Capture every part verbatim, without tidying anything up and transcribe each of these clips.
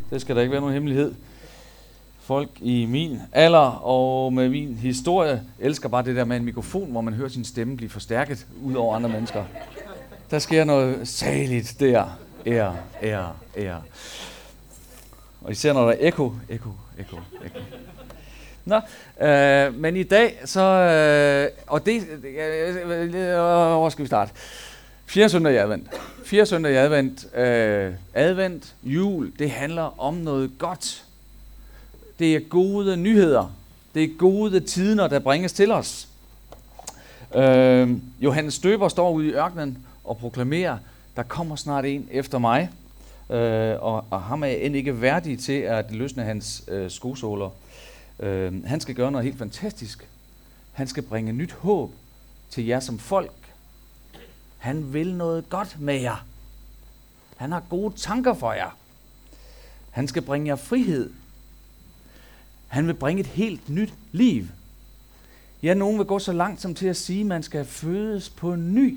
Det skal der ikke være nogen hemmelighed. Folk i min alder og med min historie elsker bare det der med en mikrofon, hvor man hører sin stemme blive forstærket ud over andre mennesker. Der sker noget saligt der. Ære, ære, ære. Og især når der er ekko, ekko, ekko, ekko. Nå, øh, men i dag så, øh, og det, øh, hvor skal vi starte? Fjerde søndag i advent. Fjerde søndag i advent, øh, advent, jul, det handler om noget godt. Det er gode nyheder. Det er gode tider, der bringes til os. Øh, Johannes Døber står ude i ørkenen og proklamerer, der kommer snart en efter mig, øh, og, og ham er end ikke værdig til at løsne hans øh, skosåler. Øh, han skal gøre noget helt fantastisk. Han skal bringe nyt håb til jer som folk. Han vil noget godt med jer. Han har gode tanker for jer. Han skal bringe jer frihed. Han vil bringe et helt nyt liv. Ja, nogen vil gå så langt som til at sige, at man skal fødes på ny.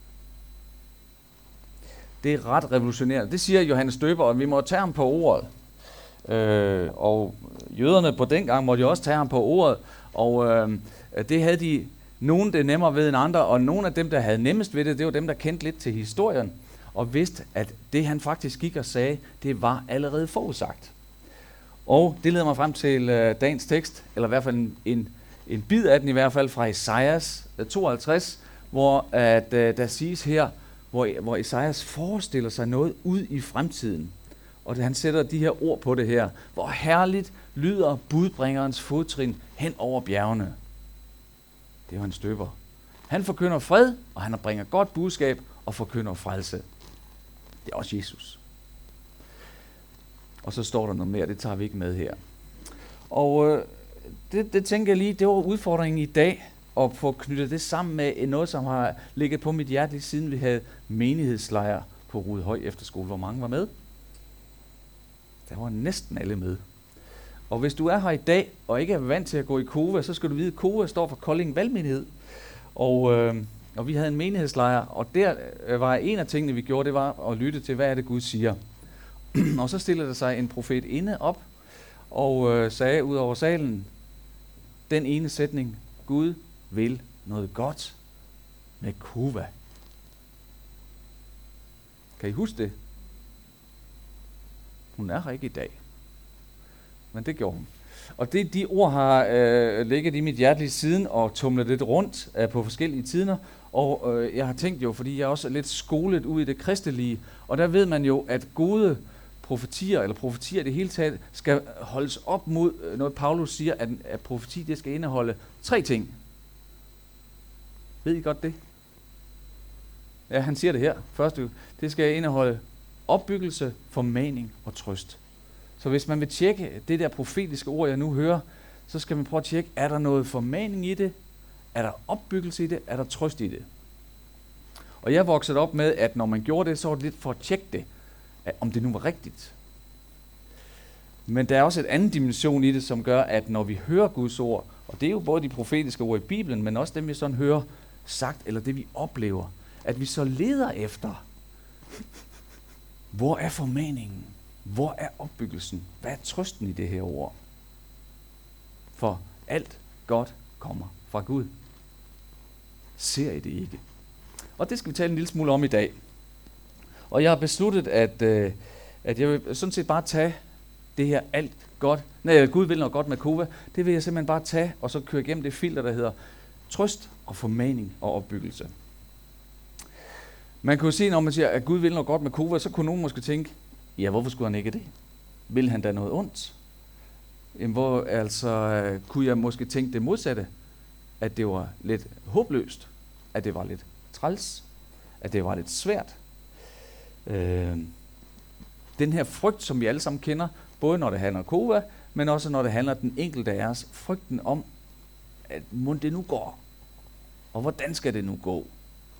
Det er ret revolutionerende. Det siger Johannes Døber, og vi må tage ham på ordet. Øh, og jøderne på den gang måtte jo også tage ham på ordet. Og øh, det havde de nogen, det nemmere ved end andre, og nogle af dem, der havde nemmest ved det, det var dem, der kendte lidt til historien, og vidste, at det han faktisk gik og sagde, det var allerede forudsagt. Og det leder mig frem til øh, dagens tekst, eller i hvert fald en, en, en bid af den i hvert fald fra Esajas tooghalvtreds, hvor at, øh, der siges her, hvor, hvor Esajas forestiller sig noget ud i fremtiden. Og det, han sætter de her ord på det her, hvor herligt lyder budbringerens fodtrin hen over bjergene. Det er Johannes Døber. Han forkynder fred, og han bringer godt budskab og forkynder frelse. Det er også Jesus. Og så står der noget mere, det tager vi ikke med her. Og øh, det, det tænker jeg lige, det var udfordringen i dag, at få knyttet det sammen med noget, som har ligget på mit hjerte lige siden vi havde menighedslejr på Rudehøj Efterskole. Hvor mange var med? Der var næsten alle med. Og hvis du er her i dag, og ikke er vant til at gå i KOVA, så skal du vide, at KOVA står for Kolding Valgmenighed. Og, øh, og vi havde en menighedslejr, og der øh, var en af tingene, vi gjorde, det var at lytte til, hvad er det Gud siger. Og så stillede der sig en profet inde op, og øh, sagde ud over salen, den ene sætning, Gud vil noget godt med KOVA. Kan I huske det? Hun er her ikke i dag. Men det gjorde hun. Og det, de ord har øh, ligget i mit hjerte lige siden og tumlet lidt rundt øh, på forskellige tider. Og øh, jeg har tænkt jo, fordi jeg er også lidt skolet ud i det kristelige, og der ved man jo, at gode profetier, eller profetier i det hele taget, skal holdes op mod øh, noget, Paulus siger, at, at profeti det skal indeholde tre ting. Ved I godt det? Ja, han siger det her. Først, det skal indeholde opbyggelse, formaning og trøst. Så hvis man vil tjekke det der profetiske ord, jeg nu hører, så skal man prøve at tjekke, er der noget formaning i det? Er der opbyggelse i det? Er der trøst i det? Og jeg voksede op med, at når man gjorde det, så var det lidt for at tjekke det, om det nu var rigtigt. Men der er også et andet dimension i det, som gør, at når vi hører Guds ord, og det er jo både de profetiske ord i Bibelen, men også dem, vi sådan hører sagt, eller det vi oplever, at vi så leder efter, hvor er formaningen? Hvor er opbyggelsen? Hvad er trøsten i det her ord? For alt godt kommer fra Gud. Ser I det ikke? Og det skal vi tale en lille smule om i dag. Og jeg har besluttet, at, øh, at jeg vil sådan set bare tage det her alt godt. Nej, Gud vil noget godt med KOVA. Det vil jeg simpelthen bare tage, og så køre igennem det filter, der hedder trøst og formaning og opbyggelse. Man kunne se, når man siger, at Gud vil noget godt med KOVA, så kunne nogen måske tænke, ja, hvorfor skulle han ikke det? Vil han da noget ondt? Jamen, hvor, altså, kunne jeg måske tænke det modsatte? At det var lidt håbløst? At det var lidt træls? At det var lidt svært? Øh, den her frygt, som vi alle sammen kender, både når det handler om KOVA, men også når det handler om den enkelte af os, frygten om, at må det nu går? Og hvordan skal det nu gå?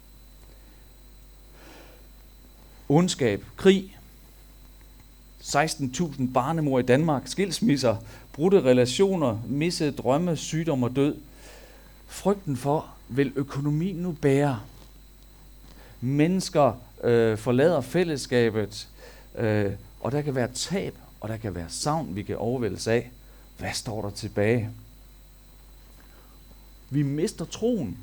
Ondskab, krig, seksten tusind barnemor i Danmark, skilsmisser, brudte relationer, missede drømme, sygdom og død. Frygten for, vil økonomien nu bære? Mennesker øh, forlader fællesskabet, øh, og der kan være tab og der kan være savn, vi kan overvældes af. Hvad står der tilbage? Vi mister troen.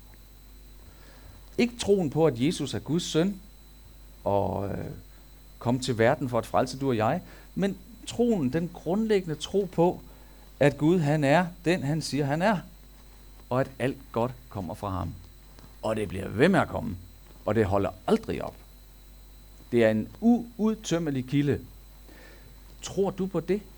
Ikke troen på, at Jesus er Guds søn, og øh, kom til verden for at frelse du og jeg, men troen, den grundlæggende tro på, at Gud han er den, han siger, han er, og at alt godt kommer fra ham. Og det bliver ved med at komme, og det holder aldrig op. Det er en uudtømmelig kilde. Tror du på det?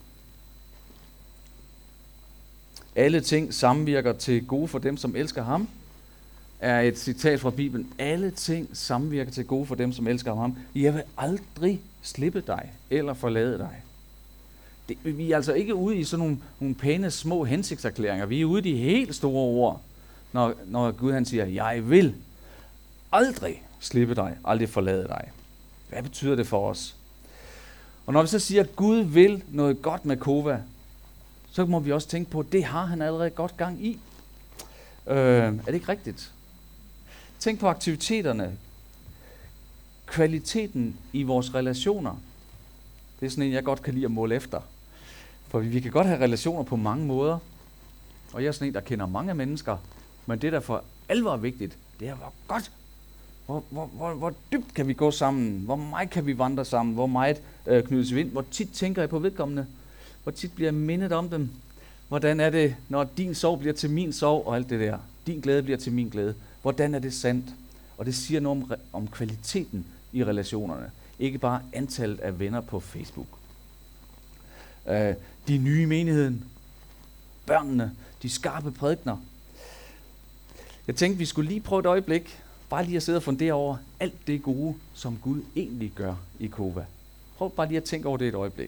Alle ting samvirker til gode for dem, som elsker ham, er et citat fra Bibelen. Alle ting samvirker til gode for dem, som elsker ham. Jeg vil aldrig slippe dig eller forlade dig. Det, vi er altså ikke ude i sådan nogle, nogle pæne små hensigtserklæringer. Vi er ude i de helt store ord, når, når Gud han siger, jeg vil aldrig slippe dig, aldrig forlade dig. Hvad betyder det for os? Og når vi så siger, at Gud vil noget godt med Kova, så må vi også tænke på, at det har han allerede godt gang i. Øh, er det ikke rigtigt? Tænk på aktiviteterne. Kvaliteten i vores relationer. Det er sådan en, jeg godt kan lide at måle efter. For vi kan godt have relationer på mange måder. Og jeg er sådan en, der kender mange mennesker. Men det, der for alvor er vigtigt, det er, hvor godt, hvor, hvor, hvor, hvor dybt kan vi gå sammen? Hvor meget kan vi vandre sammen? Hvor meget øh, knydes vi ind? Hvor tit tænker jeg på vedkommende? Hvor tit bliver jeg mindet om dem? Hvordan er det, når din sorg bliver til min sorg og alt det der? Din glæde bliver til min glæde. Hvordan er det sandt? Og det siger noget om, om kvaliteten i relationerne. Ikke bare antallet af venner på Facebook. Uh, de nye i menigheden. Børnene. De skarpe prædikener. Jeg tænkte, vi skulle lige prøve et øjeblik. Bare lige at sidde og fundere over alt det gode, som Gud egentlig gør i Kova. Prøv bare lige at tænke over det et øjeblik.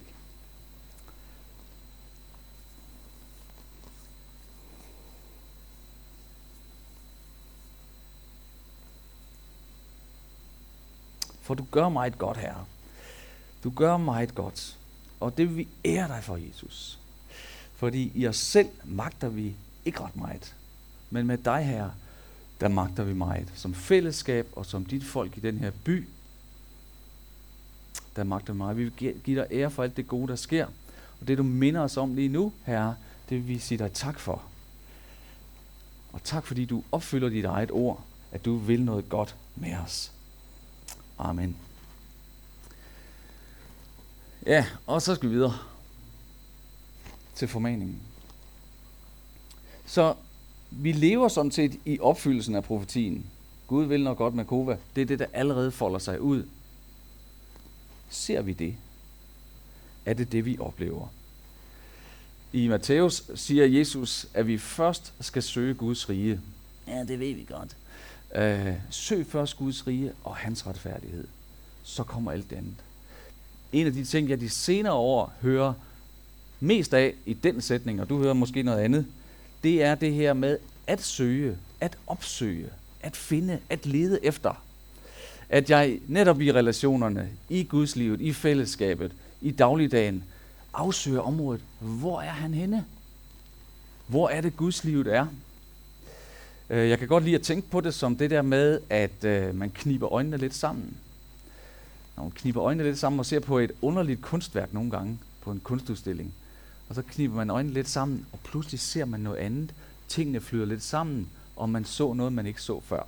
For du gør mig et godt, Herre. Du gør mig et godt. Og det vil vi ære dig for, Jesus. Fordi i os selv magter vi ikke ret meget. Men med dig, Herre, der magter vi meget. Som fællesskab og som dit folk i den her by, der magter vi meget. Vi vil give dig ære for alt det gode, der sker. Og det, du minder os om lige nu, Herre, det vil vi sige dig tak for. Og tak, fordi du opfylder dit eget ord, at du vil noget godt med os. Amen. Ja, og så skal vi videre til formaningen. Så vi lever sådan set i opfyldelsen af profetien. Gud vil noget godt med Kova. Det er det, der allerede folder sig ud. Ser vi det? Er det det, vi oplever? I Matthæus siger Jesus, at vi først skal søge Guds rige. Ja, det ved vi godt. Uh, søg først Guds rige og hans retfærdighed. Så kommer alt det andet. En af de ting, jeg de senere år hører mest af i den sætning, og du hører måske noget andet, det er det her med at søge, at opsøge, at finde, at lede efter. At jeg netop i relationerne, i Guds livet, i fællesskabet, i dagligdagen, afsøger området. Hvor er han henne? Hvor er det Guds livet er? Jeg kan godt lide at tænke på det som det der med, at øh, man kniber øjnene lidt sammen. Når man kniber øjnene lidt sammen og ser på et underligt kunstværk nogle gange, på en kunstudstilling, og så kniber man øjnene lidt sammen, og pludselig ser man noget andet. Tingene flyder lidt sammen, og man så noget, man ikke så før.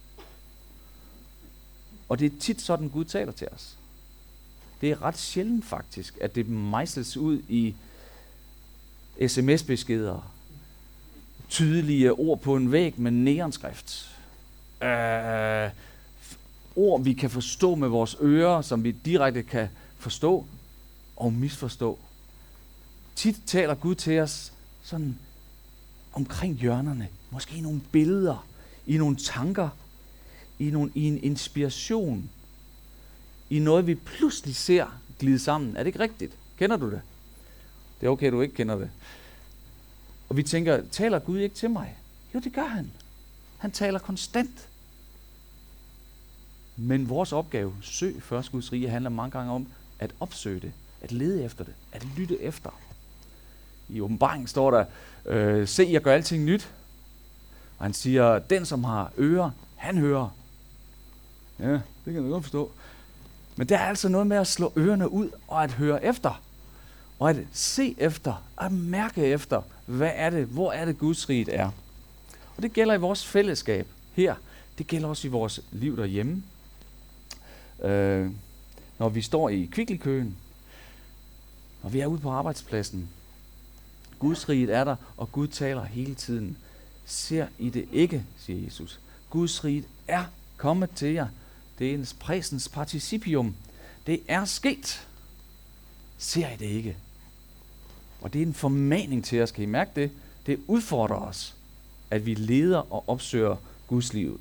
Og det er tit sådan, Gud taler til os. Det er ret sjældent faktisk, at det mejsles ud i sms-beskeder, tydelige ord på en væg med neonskrift. Øh, ord, vi kan forstå med vores ører, som vi direkte kan forstå og misforstå. Tit taler Gud til os sådan omkring hjørnerne. Måske i nogle billeder, i nogle tanker, i, nogle, i en inspiration, i noget, vi pludselig ser glide sammen. Er det ikke rigtigt? Kender du det? Det er okay, du ikke kender det. Og vi tænker, taler Gud ikke til mig? Jo, det gør han. Han taler konstant. Men vores opgave, søg først Guds rige, handler mange gange om at opsøge det, at lede efter det, at lytte efter. I åbenbaringen står der, øh, se, jeg gør alting nyt. Og han siger, den som har ører, han hører. Ja, det kan jeg godt forstå. Men der er altså noget med at slå ørerne ud og at høre efter. Og at se efter, at mærke efter, hvad er det, hvor er det Guds rige er. Og det gælder i vores fællesskab her. Det gælder også i vores liv derhjemme. Øh, når vi står i kvicklikøen, når vi er ude på arbejdspladsen. Guds rige er der, og Gud taler hele tiden. Ser I det ikke, siger Jesus. Guds rige er kommet til jer. Det er en præsens participium. Det er sket. Ser I det ikke? Og det er en formaning til os. Kan I mærke det? Det udfordrer os, at vi leder og opsøger Guds liv.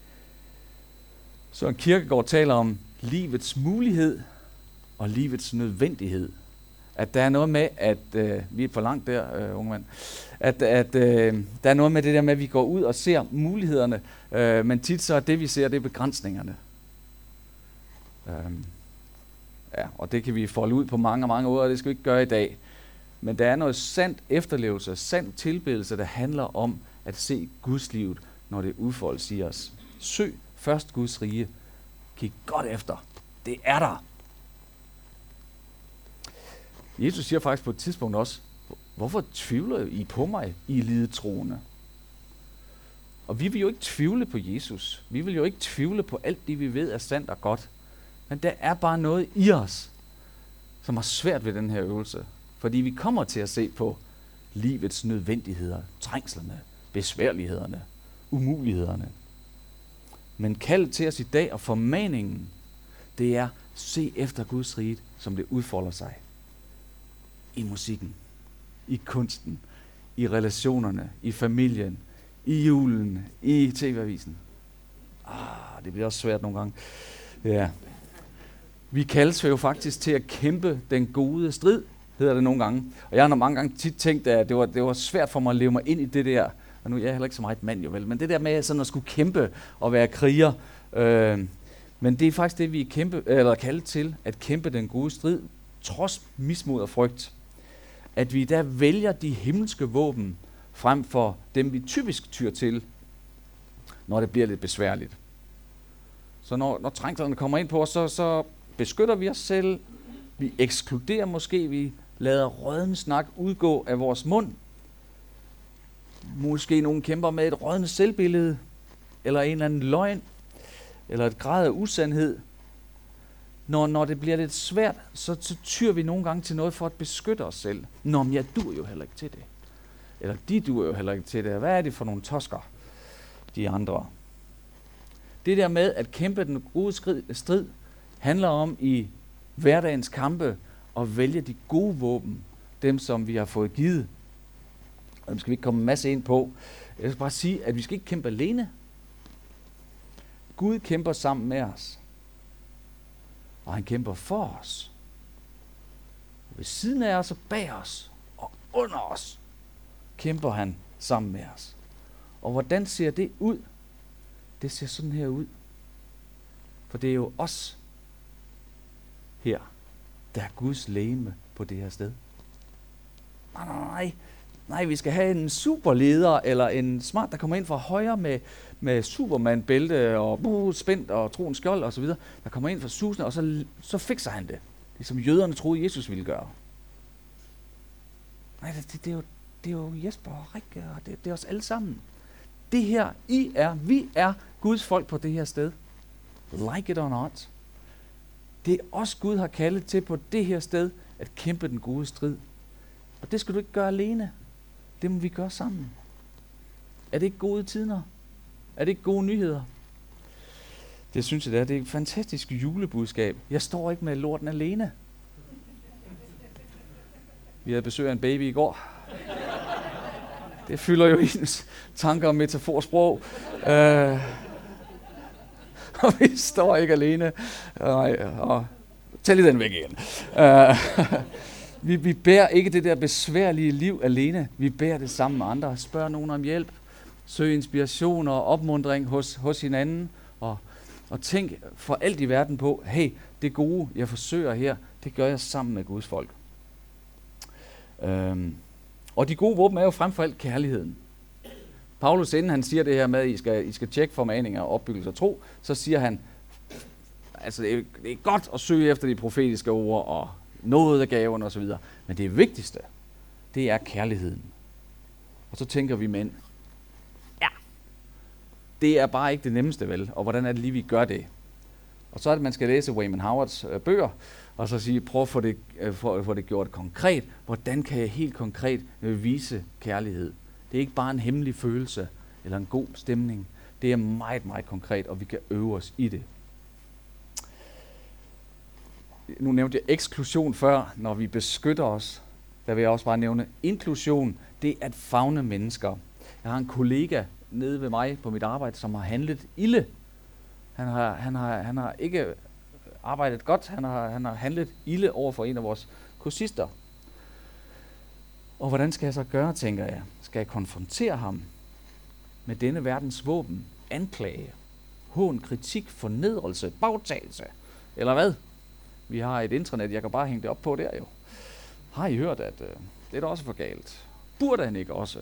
Så Kierkegaard taler om livets mulighed og livets nødvendighed. At der er noget med, at øh, vi er for langt der, øh, unge mand, at, at øh, der er noget med det der med, at vi går ud og ser mulighederne, øh, men tit så er det, vi ser, det er begrænsningerne. Øh, ja, og det kan vi folde ud på mange, mange måder, og det skal vi ikke gøre i dag. Men der er noget sandt efterlevelse, sandt tilbedelse, der handler om at se Guds liv, når det udfoldes i os. Søg først Guds rige. Kig godt efter. Det er der. Jesus siger faktisk på et tidspunkt også, hvorfor tvivler I på mig, I lidetroende? Og vi vil jo ikke tvivle på Jesus. Vi vil jo ikke tvivle på alt det, vi ved er sandt og godt. Men der er bare noget i os, som er svært ved den her øvelse. Fordi vi kommer til at se på livets nødvendigheder, trængslerne, besværlighederne, umulighederne. Men kaldet til os i dag og formaningen, det er se efter Guds rige, som det udfolder sig. I musikken, i kunsten, i relationerne, i familien, i julen, i tv-avisen. Ah, det bliver også svært nogle gange. Ja. Vi kaldes jo faktisk til at kæmpe den gode strid, hedder det nogle gange. Og jeg har mange gange tit tænkt, at det var, det var svært for mig at leve mig ind i det der. Og nu er jeg heller ikke så meget mand jo vel, men det der med sådan at skulle kæmpe og være kriger. Øh, men det er faktisk det, vi er kæmpe, eller kaldet til, at kæmpe den gode strid, trods mismod og frygt. At vi der vælger de himmelske våben, frem for dem, vi typisk tyr til, når det bliver lidt besværligt. Så når, når trængslerne kommer ind på os, så, så beskytter vi os selv. Vi ekskluderer måske, vi lader rådden snak udgå af vores mund. Måske nogen kæmper med et rådden selvbillede, eller en eller anden løgn, eller et grad af usandhed. Når, når det bliver lidt svært, så, så tyr vi nogle gange til noget for at beskytte os selv. Nå, men jeg dur jo heller ikke til det. Eller de dur jo heller ikke til det. Hvad er det for nogle tosker, de andre? Det der med at kæmpe den gode strid, handler om i hverdagens kampe at vælge de gode våben, dem som vi har fået givet. Og dem skal vi ikke komme en masse ind på. Jeg skal bare sige, at vi skal ikke kæmpe alene. Gud kæmper sammen med os. Og han kæmper for os. Ved siden af os og bag os og under os kæmper han sammen med os. Og hvordan ser det ud? Det ser sådan her ud. For det er jo os her, der er Guds legeme på det her sted. Nej, nej, nej. Nej, vi skal have en superleder, eller en smart, der kommer ind fra højre med, med Superman-bælte og uh, spændt og troens skjold og så videre. Der kommer ind fra susene, og så, så fikser han det. Det er som jøderne troede, Jesus ville gøre. Nej, det, det, det, er, jo, det er jo Jesper og Rikke, og det, det er os alle sammen. Det her, I er, vi er Guds folk på det her sted. Like it or not. Det er os, Gud har kaldet til på det her sted, at kæmpe den gode strid. Og det skal du ikke gøre alene. Det må vi gøre sammen. Er det ikke gode tider? Er det ikke gode nyheder? Det synes jeg, det er. Det er et fantastisk julebudskab. Jeg står ikke med lorten alene. Vi havde besøg af en baby i går. Det fylder jo ens tanker om metaforsprog. Uh, og vi står ikke alene. Nej, og tag lige den væk igen. Uh, vi, vi bærer ikke det der besværlige liv alene. Vi bærer det sammen med andre. Spørg nogen om hjælp. Søg inspiration og opmuntring hos, hos hinanden. Og, og tænk for alt i verden på, hey, det gode, jeg forsøger her, det gør jeg sammen med Guds folk. Um, og de gode våben er jo frem for alt kærligheden. Paulus, inden han siger det her med, at I skal, I skal tjekke formaninger og opbyggelse og tro, så siger han, altså det er, det er godt at søge efter de profetiske ord og noget af gaven og så videre. Men det vigtigste, det er kærligheden. Og så tænker vi mænd, ja, det er bare ikke det nemmeste vel, og hvordan er det lige, vi gør det? Og så er det, man skal læse Raymond Howards øh, bøger, og så sige, prøv at få det, øh, for, få det gjort konkret. Hvordan kan jeg helt konkret øh, vise kærlighed? Det er ikke bare en hemmelig følelse, eller en god stemning. Det er meget, meget konkret, og vi kan øve os i det. Nu nævnte jeg eksklusion før, når vi beskytter os. Der vil jeg også bare nævne inklusion. Det er at favne mennesker. Jeg har en kollega nede ved mig på mit arbejde, som har handlet ilde. Han har, han har, han har ikke arbejdet godt. Han har, han har handlet ilde over for en af vores kursister. Og hvordan skal jeg så gøre, tænker jeg? Skal jeg konfrontere ham med denne verdens våben? Anklage, hån, kritik, fornedrelse, bagtagelse? Eller hvad? Vi har et intranet, jeg kan bare hænge det op på der jo. Har I hørt, at øh, det er da også for galt? Burde han ikke også?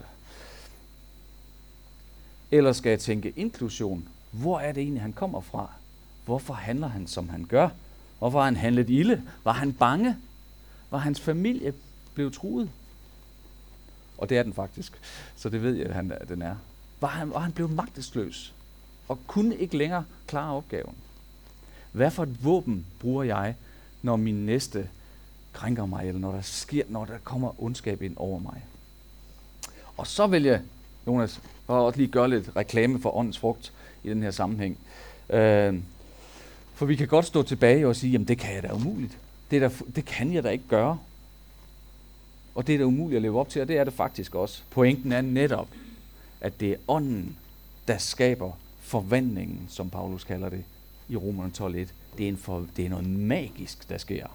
Eller skal jeg tænke inklusion? Hvor er det egentlig, han kommer fra? Hvorfor handler han, som han gør? Hvorfor har han handlet ilde? Var han bange? Var hans familie blevet truet? Og det er den faktisk. Så det ved jeg, at, han, at den er. Var han, var han blevet magtesløs? Og kunne ikke længere klare opgaven? Hvad for et våben bruger jeg, når min næste krænker mig, eller når der sker, når der kommer ondskab ind over mig? Og så vil jeg, Jonas, og også lige gøre lidt reklame for åndens frugt i den her sammenhæng. Øh, for vi kan godt stå tilbage og sige, jamen det kan jeg da umuligt. Det, der, det kan jeg da ikke gøre. Og det er da umuligt at leve op til, og det er det faktisk også. Pointen er netop, at det er ånden, der skaber forvandlingen, som Paulus kalder det i Romerne tolv et. Det er, en for, det er noget magisk, der sker.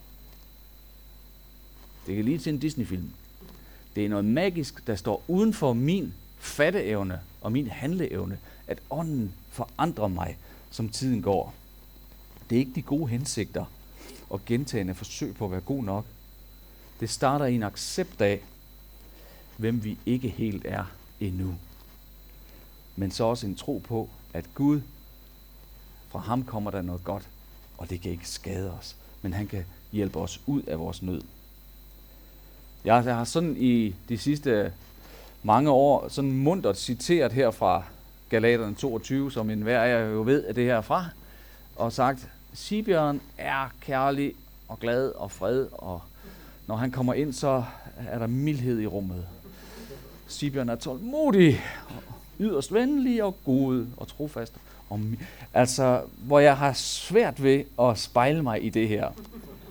Det kan lige til en Disney-film. Det er noget magisk, der står uden for min fatteevne og min handleevne, at ånden forandrer mig, som tiden går. Det er ikke de gode hensigter og gentagende forsøg på at være god nok. Det starter i en accept af, hvem vi ikke helt er endnu. Men så også en tro på, at Gud, fra ham kommer der noget godt, og det kan ikke skade os, men han kan hjælpe os ud af vores nød. Jeg har sådan i de sidste mange år sådan muntert citeret her fra Galaterne toogtyve, som enhver af jer jo ved, at det her er fra, og sagt, Sibjørn er kærlig og glad og fred, og når han kommer ind, så er der mildhed i rummet. Sibjørn er tålmodig, yderst venlig og god og trofast. Og, altså, hvor jeg har svært ved at spejle mig i det her.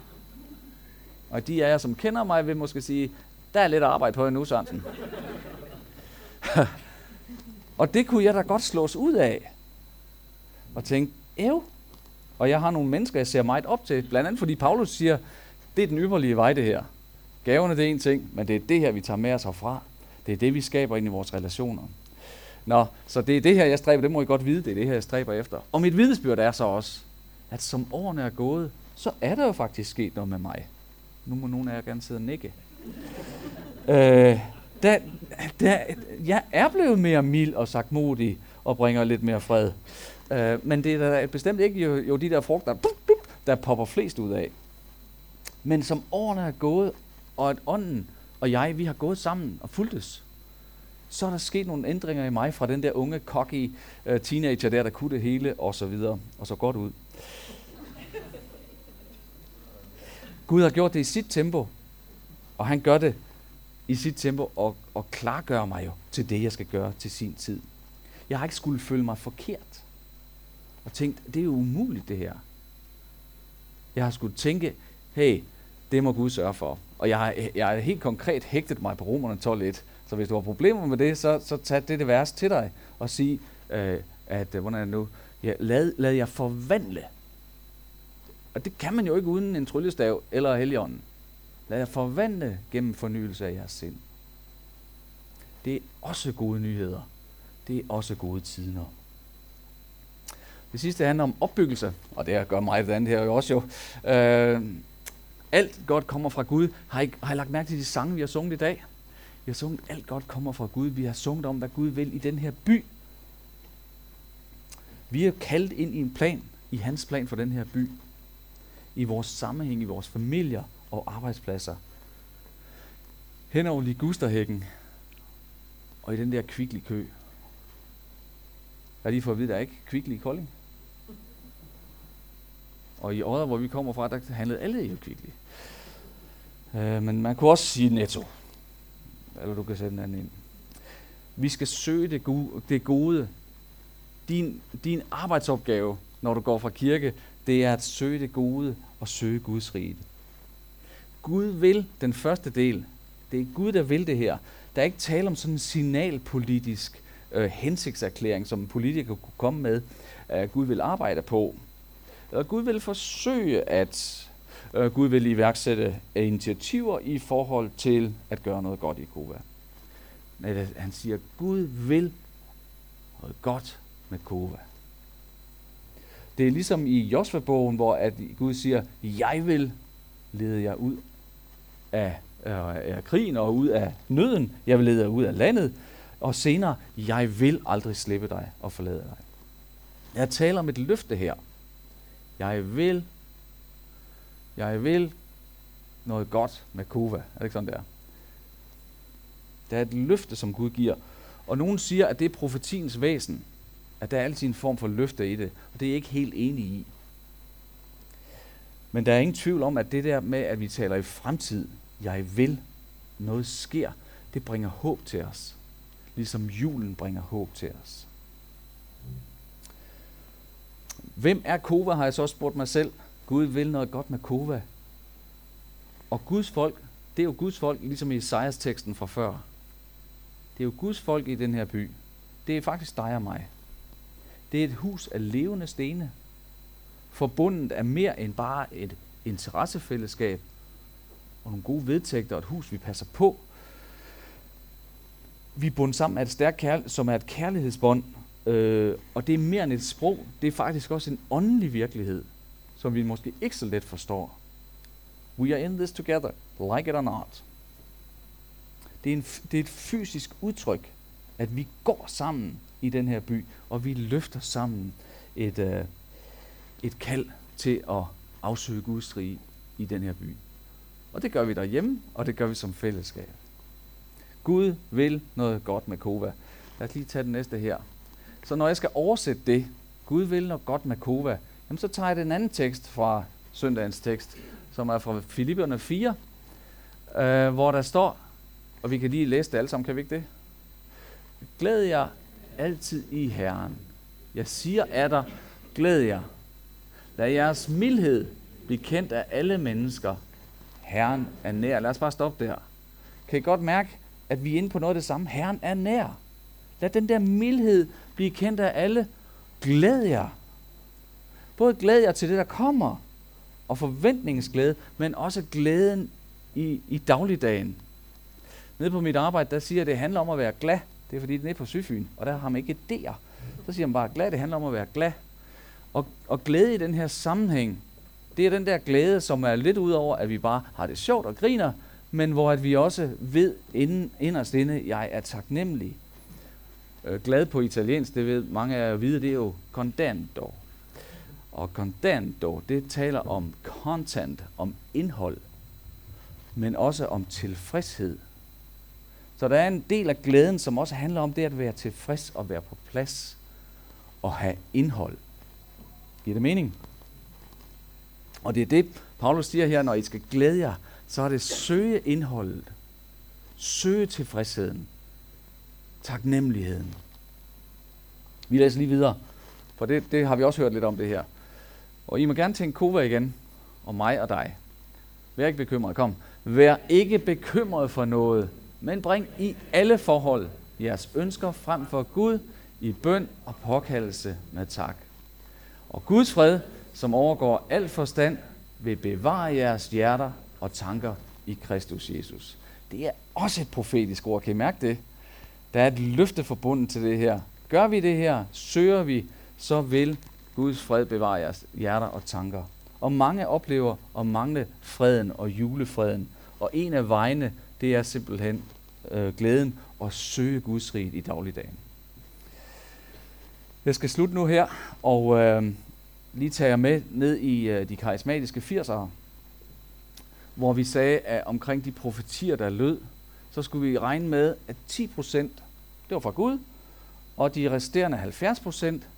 Og de af jer, som kender mig, vil måske sige, der er lidt arbejde på endnu, Sørensen. Og det kunne jeg da godt slås ud af. Og tænke, ev. Og jeg har nogle mennesker, jeg ser meget op til. Blandt andet fordi Paulus siger, det er den ypperlige vej, det her. Gaverne, det er en ting, men det er det her, vi tager med os herfra. Det er det, vi skaber ind i vores relationer. Nå, så det er det her, jeg stræber. Det må I godt vide, det er det her, jeg stræber efter. Og mit vidnesbyrd er så også, at som årene er gået, så er der jo faktisk sket noget med mig. Nu må nogen af jer gerne sidde og nikke. øh, der, der, jeg er blevet mere mild og sagtmodig og bringer lidt mere fred. Øh, men det er der bestemt ikke jo, jo de der frugter, der, der popper flest ud af. Men som årene er gået, og at ånden og jeg, vi har gået sammen og fulgtes, så er der sket nogle ændringer i mig fra den der unge, cocky uh, teenager der, der kunne det hele, og så videre, og så godt ud. Gud har gjort det i sit tempo, og han gør det i sit tempo, og, og klargør mig jo til det, jeg skal gøre til sin tid. Jeg har ikke skulle føle mig forkert, og tænkt, det er jo umuligt det her. Jeg har skulle tænke, hey, det må Gud sørge for. Og jeg har, jeg har helt konkret hægtet mig på Romerne tolv et. Så hvis du har problemer med det, så, så tag det, det vers til dig og sig, øh, at øh, hvordan er det nu? Ja, lad, lad jer forvandle. Og det kan man jo ikke uden en tryllestav eller Helligånden. Lad jer forvandle gennem fornyelse af jeres sind. Det er også gode nyheder. Det er også gode tider. Det sidste handler om opbyggelse, og det gør mig det andet her jo også jo. Øh, alt godt kommer fra Gud. Har I, har I lagt mærke til de sange, vi har sunget i dag? Vi har sunget, alt godt kommer fra Gud. Vi har sunget om, hvad Gud vil i den her by. Vi er kaldt ind i en plan, i hans plan for den her by. I vores sammenhæng, i vores familier og arbejdspladser. Hen over Ligusterhækken og i den der Kvickly kø. Jeg har lige fået at vide, at der er ikke Kvickly i Kolding. Og i Odder, hvor vi kommer fra, der handlede alle i Kvickly. Uh, men man kunne også sige Netto. Eller du kan sætte den anden ind. Vi skal søge det gode. Det gode. Din, din arbejdsopgave, når du går fra kirke, det er at søge det gode og søge Guds rige. Gud vil den første del. Det er Gud, der vil det her. Der er ikke tale om sådan en signalpolitisk øh, hensigtserklæring, som en politiker kunne komme med, at Gud vil arbejde på. Eller Gud vil forsøge at øh, Gud vil iværksætte initiativer i forhold til at gøre noget godt i Kova. Men han siger, at Gud vil noget godt med Kova. Det er ligesom i Josva-bogen, hvor at Gud siger, jeg vil lede jer ud af, af, af krigen og ud af nøden. Jeg vil lede jer ud af landet. Og senere, jeg vil aldrig slippe dig og forlade dig. Jeg taler om et løfte her. Jeg vil, jeg vil noget godt med Kova. Er det ikke sådan, der? Der er et løfte, som Gud giver. Og nogen siger, at det er profetiens væsen. At der er altid en form for løfte i det. Og det er jeg ikke helt enig i. Men der er ingen tvivl om, at det der med, at vi taler i fremtid, jeg vil, noget sker, det bringer håb til os. Ligesom julen bringer håb til os. Hvem er Kova, har jeg så spurgt mig selv. Gud vil noget godt med Kova. Og Guds folk, det er jo Guds folk, ligesom i Esajas teksten fra før. Det er jo Guds folk i den her by. Det er faktisk dig og mig. Det er et hus af levende stene, forbundet af mere end bare et interessefællesskab og nogle gode vedtægter og et hus, vi passer på. Vi er bundet sammen af et stærkt kærlighed, som er et kærlighedsbånd, øh, og det er mere end et sprog. Det er faktisk også en åndelig virkelighed, som vi måske ikke så let forstår. We are in this together, like it or not. Det er, en, det er et fysisk udtryk, at vi går sammen i den her by, og vi løfter sammen et, øh, et kald til at afsøge Guds rige i den her by. Og det gør vi derhjemme, og det gør vi som fællesskab. Gud vil noget godt med Kova. Lad os lige tage den næste her. Så når jeg skal oversætte det, Gud vil noget godt med Kova, jamen så tager jeg den anden tekst fra søndagens tekst, som er fra Filipperne fire, øh, hvor der står, og vi kan lige læse det alle sammen, kan vi ikke det? Glæd jer altid i Herren. Jeg siger af dig, glæd jer. Lad jeres mildhed blive kendt af alle mennesker. Herren er nær. Lad os bare stoppe der. Kan I godt mærke, at vi er inde på noget af det samme? Herren er nær. Lad den der mildhed blive kendt af alle. Glæd jer. Både glæd jer til det, der kommer, og forventningsglæde, men også glæden i, i dagligdagen. Nede på mit arbejde, der siger jeg, at det handler om at være glad. Det er fordi, det er nede på Sydfyn, og der har man ikke idéer. Så siger man bare, glad, det handler om at være glad. Og, og glæde i den her sammenhæng, det er den der glæde, som er lidt ud over, at vi bare har det sjovt og griner, men hvor at vi også ved inden, inderst inde, jeg er taknemmelig. Øh, glad på italiensk, det ved mange af jer vide, det er jo contento. Og contento, det taler om content, om indhold, men også om tilfredshed. Så der er en del af glæden, som også handler om det at være tilfreds og være på plads og have indhold. Giver det mening? Og det er det, Paulus siger her, når I skal glæde jer, så er det søge indholdet, søge tilfredsheden, taknemmeligheden. Vi læser lige videre, for det, det har vi også hørt lidt om det her. Og I må gerne tænke Kova igen, og mig og dig. Vær ikke bekymret, kom. Vær ikke bekymret for noget, men bring i alle forhold jeres ønsker frem for Gud i bøn og påkaldelse med tak. Og Guds fred, som overgår al forstand, vil bevare jeres hjerter og tanker i Kristus Jesus. Det er også et profetisk ord, kan I mærke det? Der er et løfte forbundet til det her. Gør vi det her, søger vi, så vil Guds fred bevare jeres hjerter og tanker. Og mange oplever at mangle freden og julefreden. Og en af vejene, det er simpelthen øh, glæden at søge Guds rige i dagligdagen. Jeg skal slutte nu her, og øh, lige tage jer med ned i øh, de karismatiske firsere, hvor vi sagde, at omkring de profetier, der lød, så skulle vi regne med, at ti procent, det var fra Gud, og de resterende halvfjerds procent,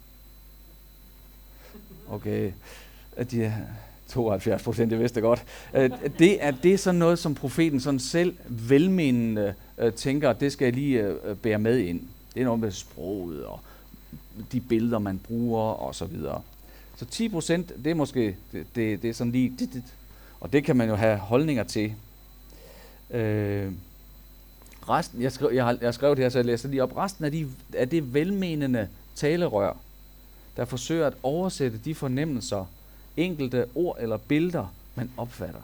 okay, at de tooghalvfjerds procent, det vidste jeg godt, det er, det er sådan noget, som profeten sådan selv velmenende øh, tænker, det skal jeg lige øh, bære med ind. Det er noget med sproget og de billeder, man bruger og så videre. Så ti procent, det er måske, det, det, det er sådan lige, det, det, og det kan man jo have holdninger til. Øh, resten, jeg skrev, jeg har, jeg skrev det her, så jeg læser lige op. Resten af, de, af det velmenende talerør, der forsøger at oversætte de fornemmelser, enkelte ord eller billeder, man opfatter.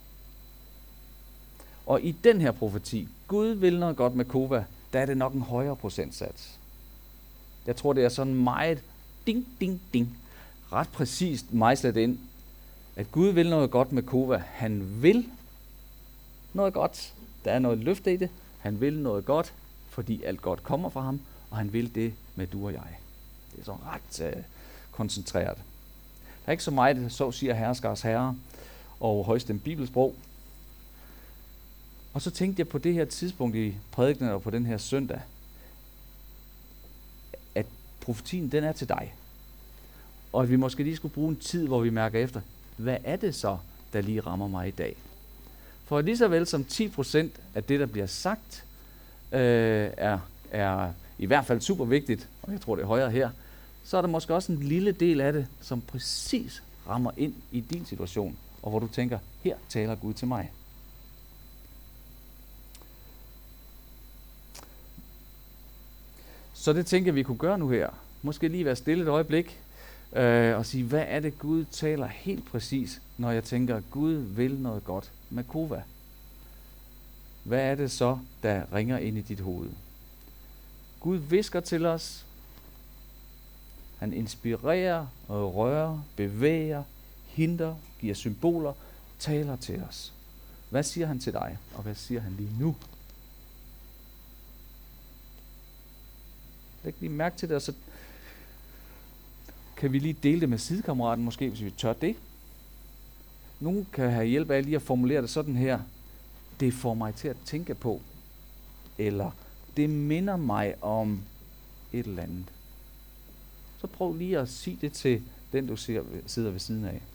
Og i den her profeti, Gud vil noget godt med Kova, der er det nok en højere procentsats. Jeg tror, det er sådan meget ding, ding, ding, ret præcist mejslet ind, at Gud vil noget godt med Kova. Han vil noget godt. Der er noget løfte i det. Han vil noget godt, fordi alt godt kommer fra ham, og han vil det med du og jeg. Det er så ret øh, koncentreret. Der er ikke så meget, så siger herskers herre og højstemt bibelsprog. Og så tænkte jeg på det her tidspunkt i prædikenen og på den her søndag, at profetien, den er til dig. Og at vi måske lige skulle bruge en tid, hvor vi mærker efter, hvad er det så, der lige rammer mig i dag? For lige så vel som ti procent af det, der bliver sagt, øh, er, er i hvert fald super vigtigt, og jeg tror, det er højere her, så er der måske også en lille del af det, som præcis rammer ind i din situation, og hvor du tænker, her taler Gud til mig. Så det tænker vi kunne gøre nu her. Måske lige være stille et øjeblik, øh, og sige, hvad er det Gud taler helt præcis, når jeg tænker, Gud vil noget godt med Kova. Hvad er det så, der ringer ind i dit hoved? Gud hvisker til os. Han inspirerer og rører, bevæger, hindrer, giver symboler, taler til os. Hvad siger han til dig, og hvad siger han lige nu? Læg lige mærke til det, og så kan vi lige dele det med sidekammeraten, måske hvis vi tør det. Nogen kan have hjælp af lige at formulere det sådan her. Det får mig til at tænke på. Eller det minder mig om et eller andet. Så prøv lige at sige det til den, du sidder ved siden af.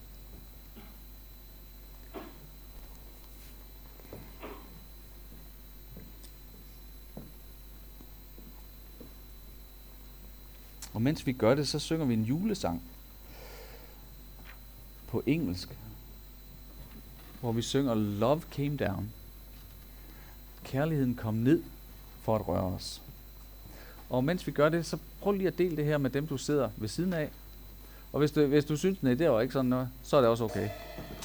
Og mens vi gør det, så synger vi en julesang på engelsk, hvor vi synger Love Came Down. Kærligheden kom ned for at røre os. Og mens vi gør det, så prøv lige at dele det her med dem, du sidder ved siden af. Og hvis du, hvis du synes, nej, det var ikke sådan noget, så er det også okay.